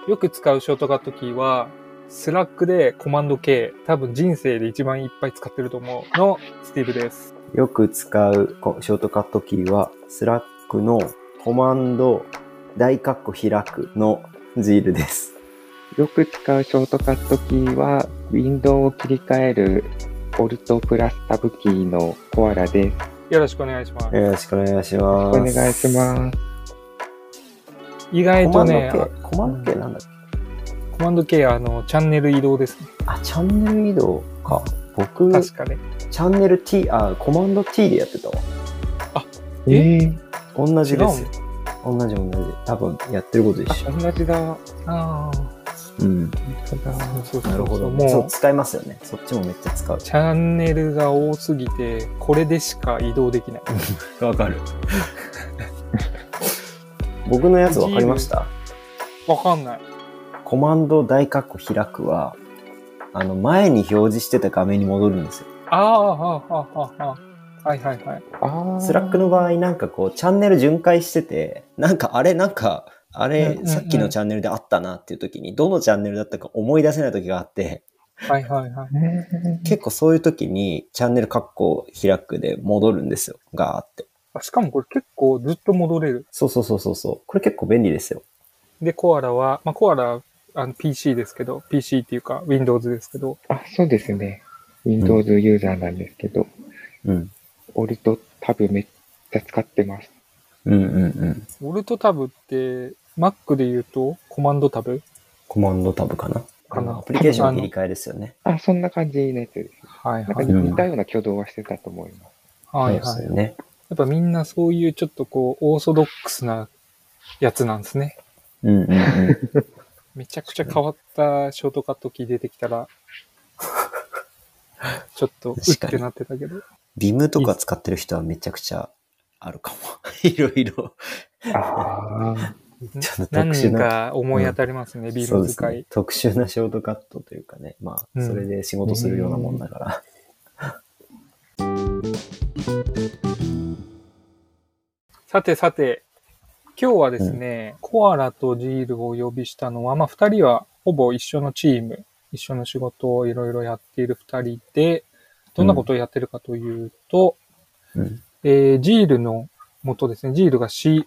よく使うショートカットキーは、スラックでコマンド K、多分人生で一番いっぱい使ってると思うのスティーブです。 よく使うショートカットキーは、スラックのコマンド大括弧開くのジールです。 よく使うショートカットキーは、ウィンドウを切り替えるオルトプラスタブキーのコアラです。 よろしくお願いします。 よろしくお願いします。 お願いします。 意外とね、 コマンド K なんだっけ？ コマンド K はチャンネル移動ですね。 チャンネル移動か。僕、 確かね。 チャンネル T、コマンド T でやってたわ。同じですよ。同じ。多分やってること一緒。 同じだ。 うん。なるほど。もう使いますよね。そっちもめっちゃ使う。 チャンネルが多すぎて、これでしか移動できない。 わかる。僕のやつわかりました？ わかんない。 コマンド大括弧開くは、前に表示してた画面に戻るんですよ。 はいはいはい。 スラックの場合なんかこう、チャンネル巡回してて、さっきのチャンネルであったなっていう時に、どのチャンネルだったか思い出せない時があって、 はいはいはい。 結構そういう時に、チャンネル括弧開くで戻るんですよ。ガーって。 しかもこれ結構ずっと戻れる。 そう。これ結構便利ですよ。 で、コアラは、コアラPC ですけど、PC っていうか Windows ですけど。 そうですね。Windows ユーザーなんですけど。オルトタブめっちゃ使ってます。 オルトタブって、Mac で言うとコマンドタブ？ コマンドタブかな？アプリケーションの切り替えですよね。 そんな感じのやつです。 はいはい。 似たような挙動はしてたと思います。 はいはい。そうですね。やっぱみんなそういうちょっとこう、オーソドックスなやつなんですね。めちゃくちゃ変わったショートカットキー出てきたら、ちょっとうってなってたけど。 ビムとか使ってる人はめちゃくちゃあるかも。いろいろ。 何人か思い当たりますね、ビム使い、 ね。特殊なショートカットというかね。それで仕事するようなもんだから。 さて、今日はですね、コアラとジールをお呼びしたのは、二人はほぼ一緒のチーム、一緒の仕事をいろいろやっている二人で、どんなことをやってるかというと、ジールの元ですね、ジールが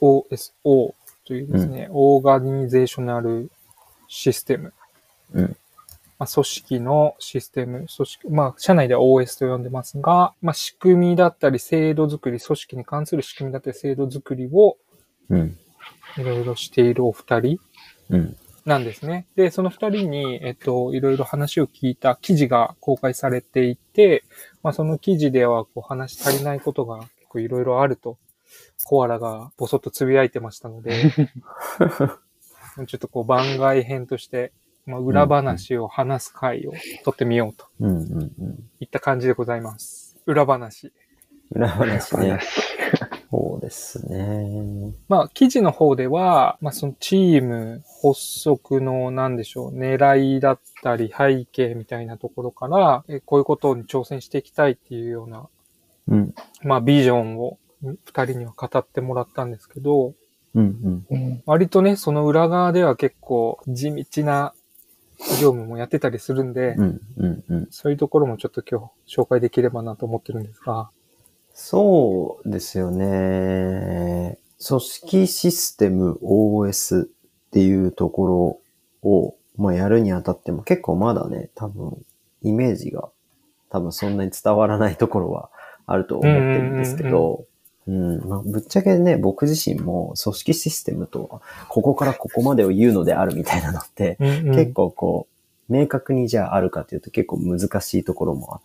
COSO というですね、オーガニゼーショナルシステム。組織のシステム、社内では OS と呼んでますが、仕組みだったり制度作り、組織に関する仕組みだったり制度作りを、いろいろしているお二人なんですね。で、その二人に、いろいろ話を聞いた記事が公開されていて、その記事では話し足りないことが結構いろいろあると、コアラがボソッとつぶやいてましたので、ちょっと番外編として、裏話を話す回を取ってみようと。いった感じでございます。裏話ね。そうですね。 記事の方では、そのチーム発足の狙いだったり背景みたいなところから、こういうことに挑戦していきたいっていうような、ビジョンを二人には語ってもらったんですけど、割とね、その裏側では結構地道な業務もやってたりするんで、そういうところもちょっと今日紹介できればなと思ってるんですが。 そうですよね。組織システム OS っていうところを、やるにあたっても結構まだね、多分イメージが多分そんなに伝わらないところはあると思ってるんですけど、ぶっちゃけね、僕自身も組織システムとは、ここからここまでを言うのであるみたいなのって、結構明確にじゃああるかというと結構難しいところもあって、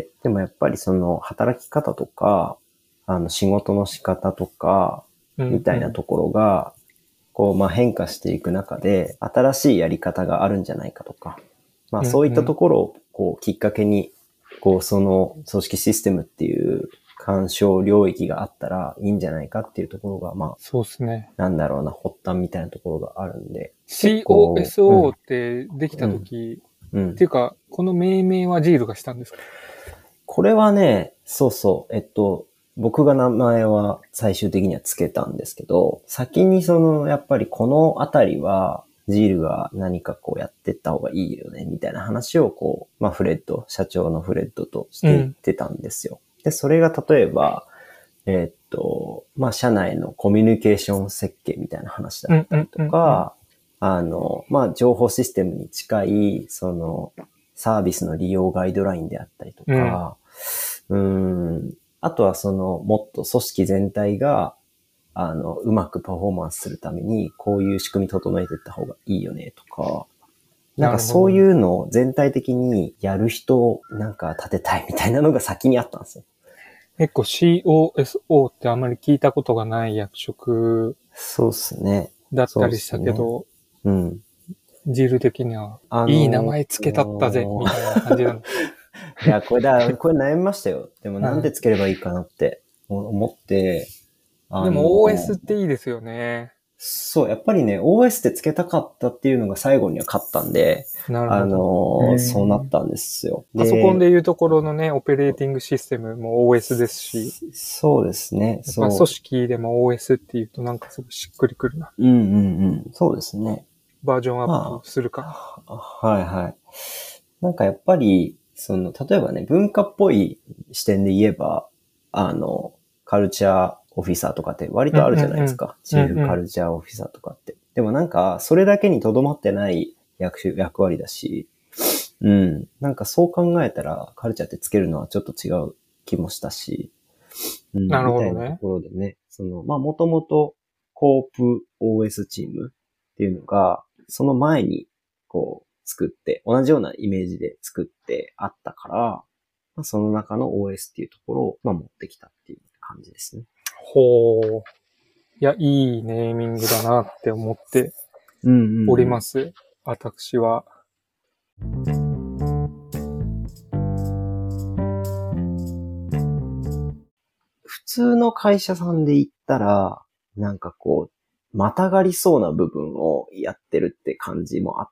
でもやっぱりその働き方とか、仕事の仕方とか、みたいなところが、変化していく中で、新しいやり方があるんじゃないかとか、そういったところをきっかけに、その組織システムっていう干渉領域があったらいいんじゃないかっていうところが、 そうですね。 発端みたいなところがあるんで。 COSO ってできたとき、っていうか、この命名はジールがしたんですか？ これはね、僕が名前は最終的にはつけたんですけど、先にやっぱりこのあたりは、 ジールが何かこうやってった方がいいよね、みたいな話をこう、まあ社長のフレッドとしていってたんですよ。で、それが例えば、まあ社内のコミュニケーション設計みたいな話だったりとか、まあ情報システムに近い、その、サービスの利用ガイドラインであったりとか、あとはその、もっと組織全体が、うまくパフォーマンスするために、こういう仕組み整えていった方がいいよね、とか、なんかそういうのを全体的にやる人をなんか立てたいみたいなのが先にあったんですよ。 結構 COSO ってあんまり聞いたことがない役職そうですね。 だったりしたけど、ジール的には、いい名前つけたったぜ、みたいな感じなんだ。 いや、これ悩みましたよ。でもなんでつければいいかなって思って。 でも OS っていいですよね。 そう、やっぱりね、OS ってつけたかったっていうのが最後には勝ったんで、 なるほど。 そうなったんですよ。 パソコンでいうところのね、オペレーティングシステムも OS ですし。 そうですね。 やっぱ組織でも OS っていうとなんかすごいしっくりくるな。 そうですね。 バージョンアップするかな。はいはい。なんかやっぱり、例えばね、文化っぽい視点で言えば、カルチャーオフィサーとかって割とあるじゃないですか。チーフカルチャーオフィサーとかって。でもなんか、それだけにとどまってない役割だし、なんかそう考えたら、カルチャーってつけるのはちょっと違う気もしたし、 なるほどね。 みたいなところでね、まあもともとコープ OS チームっていうのが、その前にこう作って、同じようなイメージで作ってあったから、まあ、その中の OS っていうところを、まあ、持ってきたっていう感じですね。 ほう。いや、いいネーミングだなって思っております。私は。 普通の会社さんで言ったら、なんかこう、またがりそうな部分をやってるって感じもあって、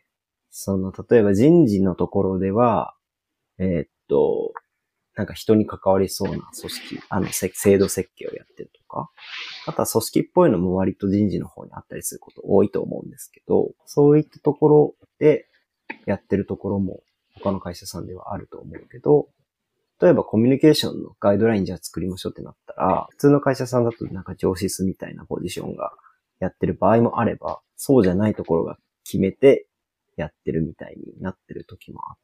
例えば人事のところでは、なんか人に関わりそうな組織、制度設計をやってるとか、あとは組織っぽいのも割と人事の方にあったりすること多いと思うんですけど、そういったところでやってるところも他の会社さんではあると思うけど、例えばコミュニケーションのガイドラインじゃあ作りましょうってなったら、普通の会社さんだとなんか上司室みたいなポジションがやってる場合もあれば、そうじゃないところが決めてやってるみたいになってる時もあって、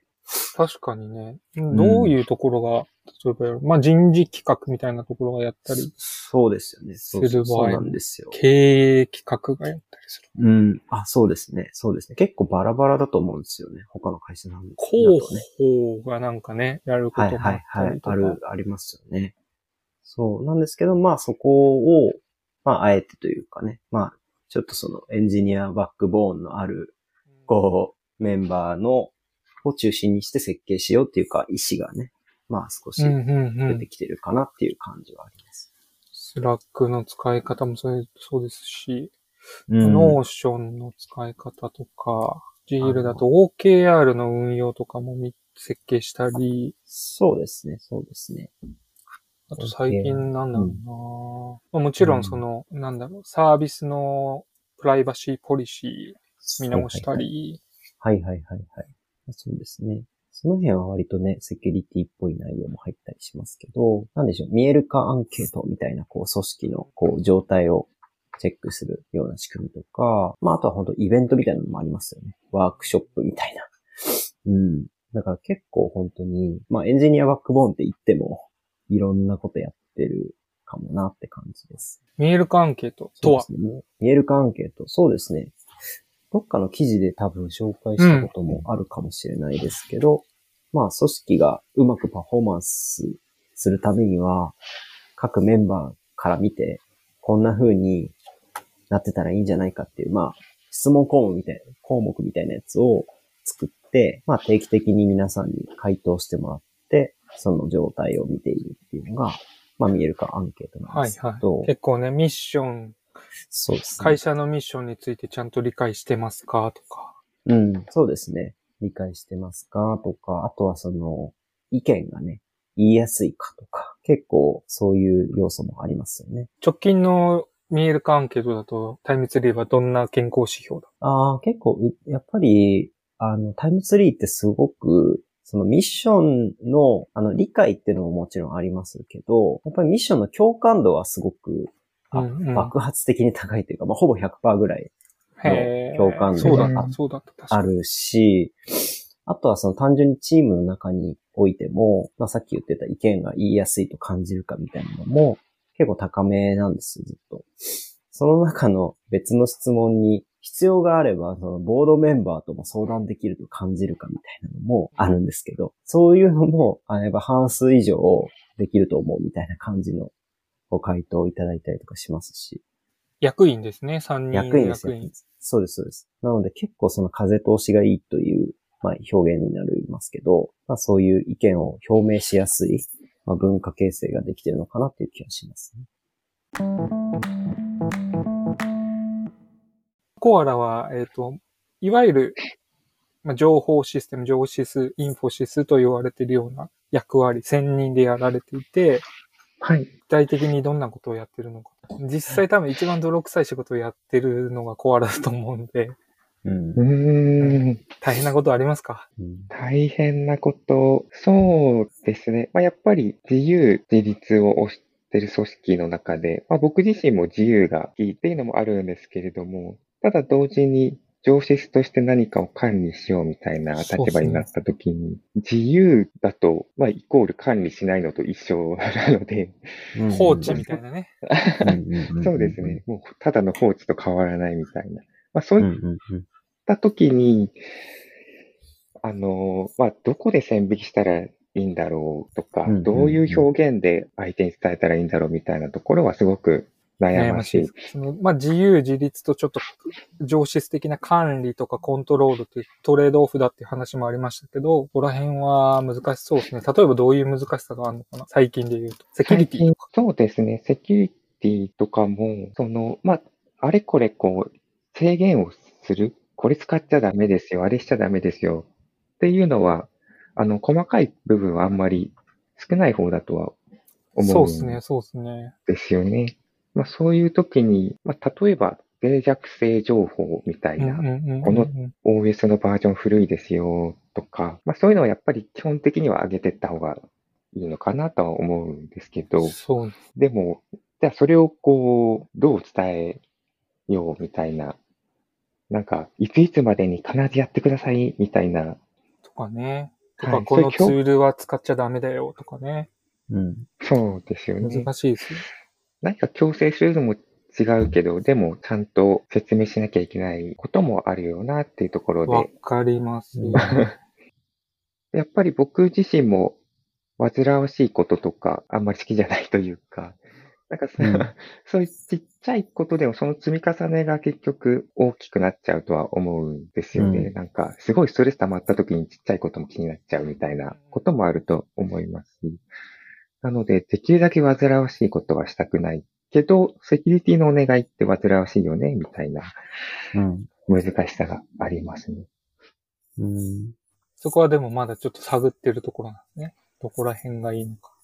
確かにね。どういうところが、例えば、まあ、人事企画みたいなところがやったり。 そうですよね。そうなんですよ。 経営企画がやったりする。そうですね。そうですね。結構バラバラだと思うんですよね。他の会社さんだとね。 広報がなんかね、やることもあったりとか。 ありますよね。そうなんですけど、まあそこを、まああえてというかね、まあちょっとエンジニアバックボーンのある、こう、メンバーを中心にして設計しようっていうか、意思がね、まあ少し出てきてるかなっていう感じはあります。 スラックの使い方もそうですし、ノーションの使い方とか、ジールだと OKR の運用とかも設計したり。 そうですね。 あと最近なんだろうな、もちろんサービスのプライバシーポリシー見直したり。 そうですね。その辺は割とね、セキュリティっぽい内容も入ったりしますけど、なんでしょう、見える化アンケートみたいな、こう、組織の、こう、状態をチェックするような仕組みとか、まあ、あとは本当イベントみたいなのもありますよね。ワークショップみたいな。だから結構本当に、まあ、エンジニアバックボーンって言っても、いろんなことやってるかもなって感じです。 見える化アンケートとは、 見える化アンケート。そうですね。どっかの記事で多分紹介したこともあるかもしれないですけど、まあ組織がうまくパフォーマンスするためには、各メンバーから見て、こんな風になってたらいいんじゃないかっていう、まあ質問項目みたいなやつを作って、まあ定期的に皆さんに回答してもらって、その状態を見ているっていうのが、まあ見える化アンケートなんですけど、 結構ね、ミッション、 そうですね。 会社のミッションについてちゃんと理解してますかとか。 そうですね。理解してますかとか、あとは意見がね、言いやすいかとか、結構そういう要素もありますよね。 直近の見えるかアンケートだと、タイムツリーはどんな健康指標だ？ 結構、やっぱり、タイムツリーってすごく、そのミッションの、理解っていうのももちろんありますけど、やっぱりミッションの共感度はすごく、爆発的に高いというか、ほぼ 100% ぐらいの共感度があるし、あとはその単純にチームの中においても、さっき言ってた意見が言いやすいと感じるかみたいなのも結構高めなんですよ、ずっと。その中の別の質問に必要があれば、そのボードメンバーとも相談できると感じるかみたいなのもあるんですけど、そういうのも、やっぱ半数以上できると思うみたいな感じのご回答をいただいたりとかしますし。 役員ですね、3人役員です。そうです、そうです。なので結構その風通しがいいという、表現になりますけど、そういう意見を表明しやすい、文化形成ができているのかなっていう気がしますね。 コアラは、いわゆる、情報システム、情シス、インフォシスと言われているような役割、専任でやられていて、 はい。 具体的にどんなことをやってるのか。実際多分一番泥臭い仕事をやってるのがコアラだと思うんで。大変なことありますか？ 大変なこと、そうですね。やっぱり自由、自立を推してる組織の中で、僕自身も自由がいいっていうのもあるんですけれども、ただ同時に上司として何かを管理しようみたいな立場になったときに、自由だと、イコール管理しないのと一緒なので。 放置みたいなね。 そうですね。もうただの放置と変わらないみたいな。そういったときに、どこで線引きしたらいいんだろうとか、どういう表現で相手に伝えたらいいんだろうみたいなところはすごく悩ましい。 自由自立とちょっと上質的な管理とかコントロールというトレードオフだっていう話もありましたけど、ここら辺は難しそうですね。例えばどういう難しさがあるのかな、最近で言うと。セキュリティとか。 そうですね。セキュリティとかも、あれこれ制限をする。これ使っちゃダメですよ。あれしちゃダメですよ。っていうのは、細かい部分はあんまり少ない方だとは思うんですよね。そういう時に、例えば脆弱性情報みたいな、この OS のバージョン古いですよとか、そういうのはやっぱり基本的には上げていった方がいいのかなとは思うんですけど、でも、じゃあそれをどう伝えようみたいな、いついつまでに必ずやってくださいみたいな。 とかね。とか、このツールは使っちゃダメだよとかね。 そうですよね。 難しいですよ。 何か強制するのも違うけど、でもちゃんと説明しなきゃいけないこともあるよなっていうところで。 わかります。 やっぱり僕自身も煩わしいこととかあんまり好きじゃないというか、そういうちっちゃいことでもその積み重ねが結局大きくなっちゃうとは思うんですよね。すごいストレス溜まった時にちっちゃいことも気になっちゃうみたいなこともあると思いますし。なので、できるだけ煩わしいことはしたくないけど、セキュリティのお願いって煩わしいよね、みたいな難しさがありますね。 そこはでもまだちょっと探ってるところなんですね。どこら辺がいいのか。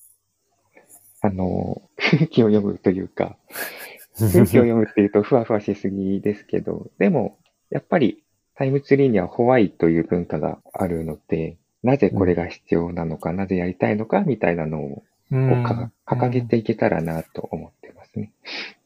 空気を読むというか、空気を読むっていうとふわふわしすぎですけど、でも、やっぱりタイムツリーにはホワイという文化があるので、なぜこれが必要なのか、なぜやりたいのか、みたいなのを掲げていけたらなと思ってますね。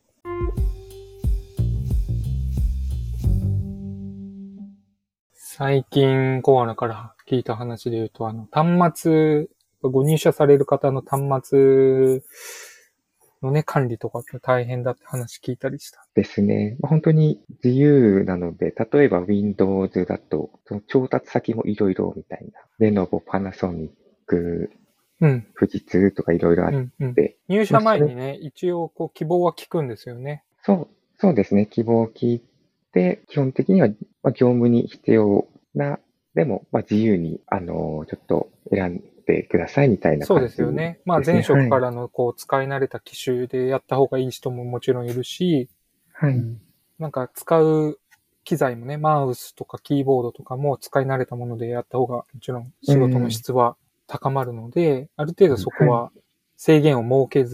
最近コアラから聞いた話で言うと、端末、ご入社される方の端末のね、管理とかって大変だって話聞いたりした。 ですね。本当に自由なので、例えば Windows だと、その調達先もいろいろみたいな。レノボ、パナソニック、富士通とかいろいろあって。 入社前にね、一応希望は聞くんですよね。 そうですね。希望を聞いて、基本的には、業務に必要な、でも、自由に、ちょっと選んでくださいみたいな感じですね。 そうですよね。前職からの使い慣れた機種でやった方がいい人ももちろんいるし、使う機材もね、マウスとかキーボードとかも使い慣れたものでやった方がもちろん仕事の質は高まるので、ある程度そこは制限を設けず、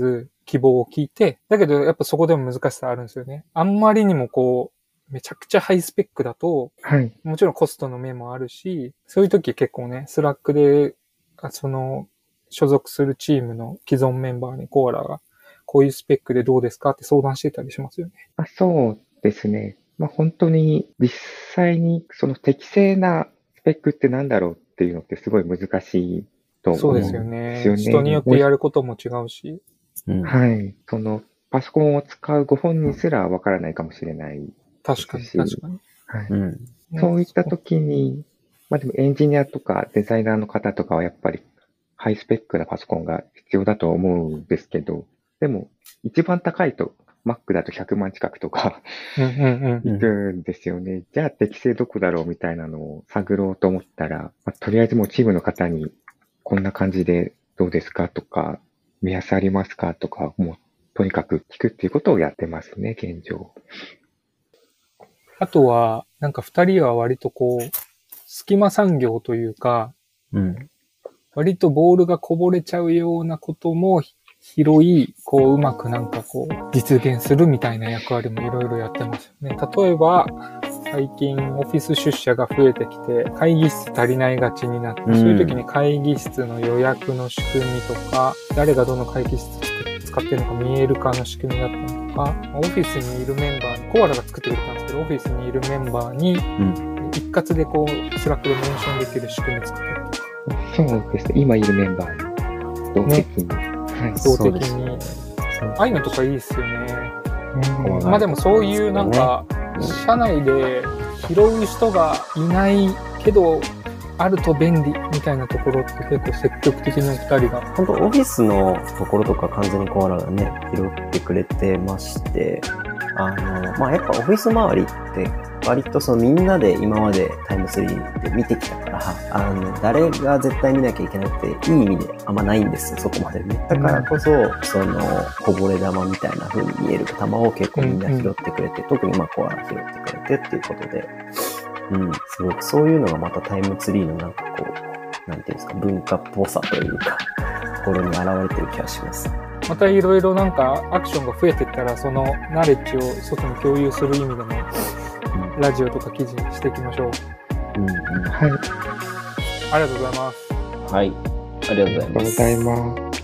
希望を聞いて、だけどやっぱそこでも難しさあるんですよね。あんまりにもこう、めちゃくちゃハイスペックだと、 はい。 もちろんコストの面もあるし、そういう時結構ね、スラックで、所属するチームの既存メンバーにコアラが、こういうスペックでどうですかって相談してたりしますよね。 そうですね。本当に実際にその適正なスペックってなんだろうっていうのってすごい難しいと思そううんですよね。 ですよね。 人によってやることも違うし。 はい。そのパソコンを使うご本人すらわからないかもしれない。 確かに、確かに。 はい。 うん。 そういった時に、でもエンジニアとかデザイナーの方とかはやっぱりハイスペックなパソコンが必要だと思うんですけど、でも一番高いと Mac だと100万近くとかいくんですよね。じゃあ適正どこだろうみたいなのを探ろうと思ったら、とりあえずもうチームの方にこんな感じでどうですかとか、目安ありますかとか、もうとにかく聞くっていうことをやってますね、現状。 あとは、なんか二人は割とこう、隙間産業というか、割とボールがこぼれちゃうようなことも拾い、こううまくなんかこう実現するみたいな役割もいろいろやってますよね。例えば、最近オフィス出社が増えてきて、会議室足りないがちになって、そういう時に会議室の予約の仕組みとか、誰がどの会議室使ってるのか見える化の仕組みだったりとか、オフィスにいるメンバーに、コアラが作ってくれたんですけど、オフィスにいるメンバーに、一括でこう、スラックでメンションできる仕組み作ってる。 そうですね。今いるメンバーに、動的に。 はい、動的に。ああいうのとかいいですよね。でもそういうなんか、社内で拾う人がいないけど、あると便利みたいなところって結構積極的にお二人が。 本当オフィスのところとか完全にコアラがね、拾ってくれてまして、やっぱオフィス周りって割とそのみんなで今までタイムツリーで見てきたから、誰が絶対見なきゃいけなくていい意味であんまないんですよ、そこまでね。だからこそ、こぼれ玉みたいな風に見える玉を結構みんな拾ってくれて、特にコアラ拾ってくれてっていうことで、すごくそういうのがまたタイムツリーのなんかこう、なんていうんですか、文化っぽさというか、ところに現れてる気がします。 またいろいろなんかアクションが増えていったら、そのナレッジを外に共有する意味でも、ラジオとか記事にしていきましょう。 はい。 ありがとうございます。 はい。ありがとうございます。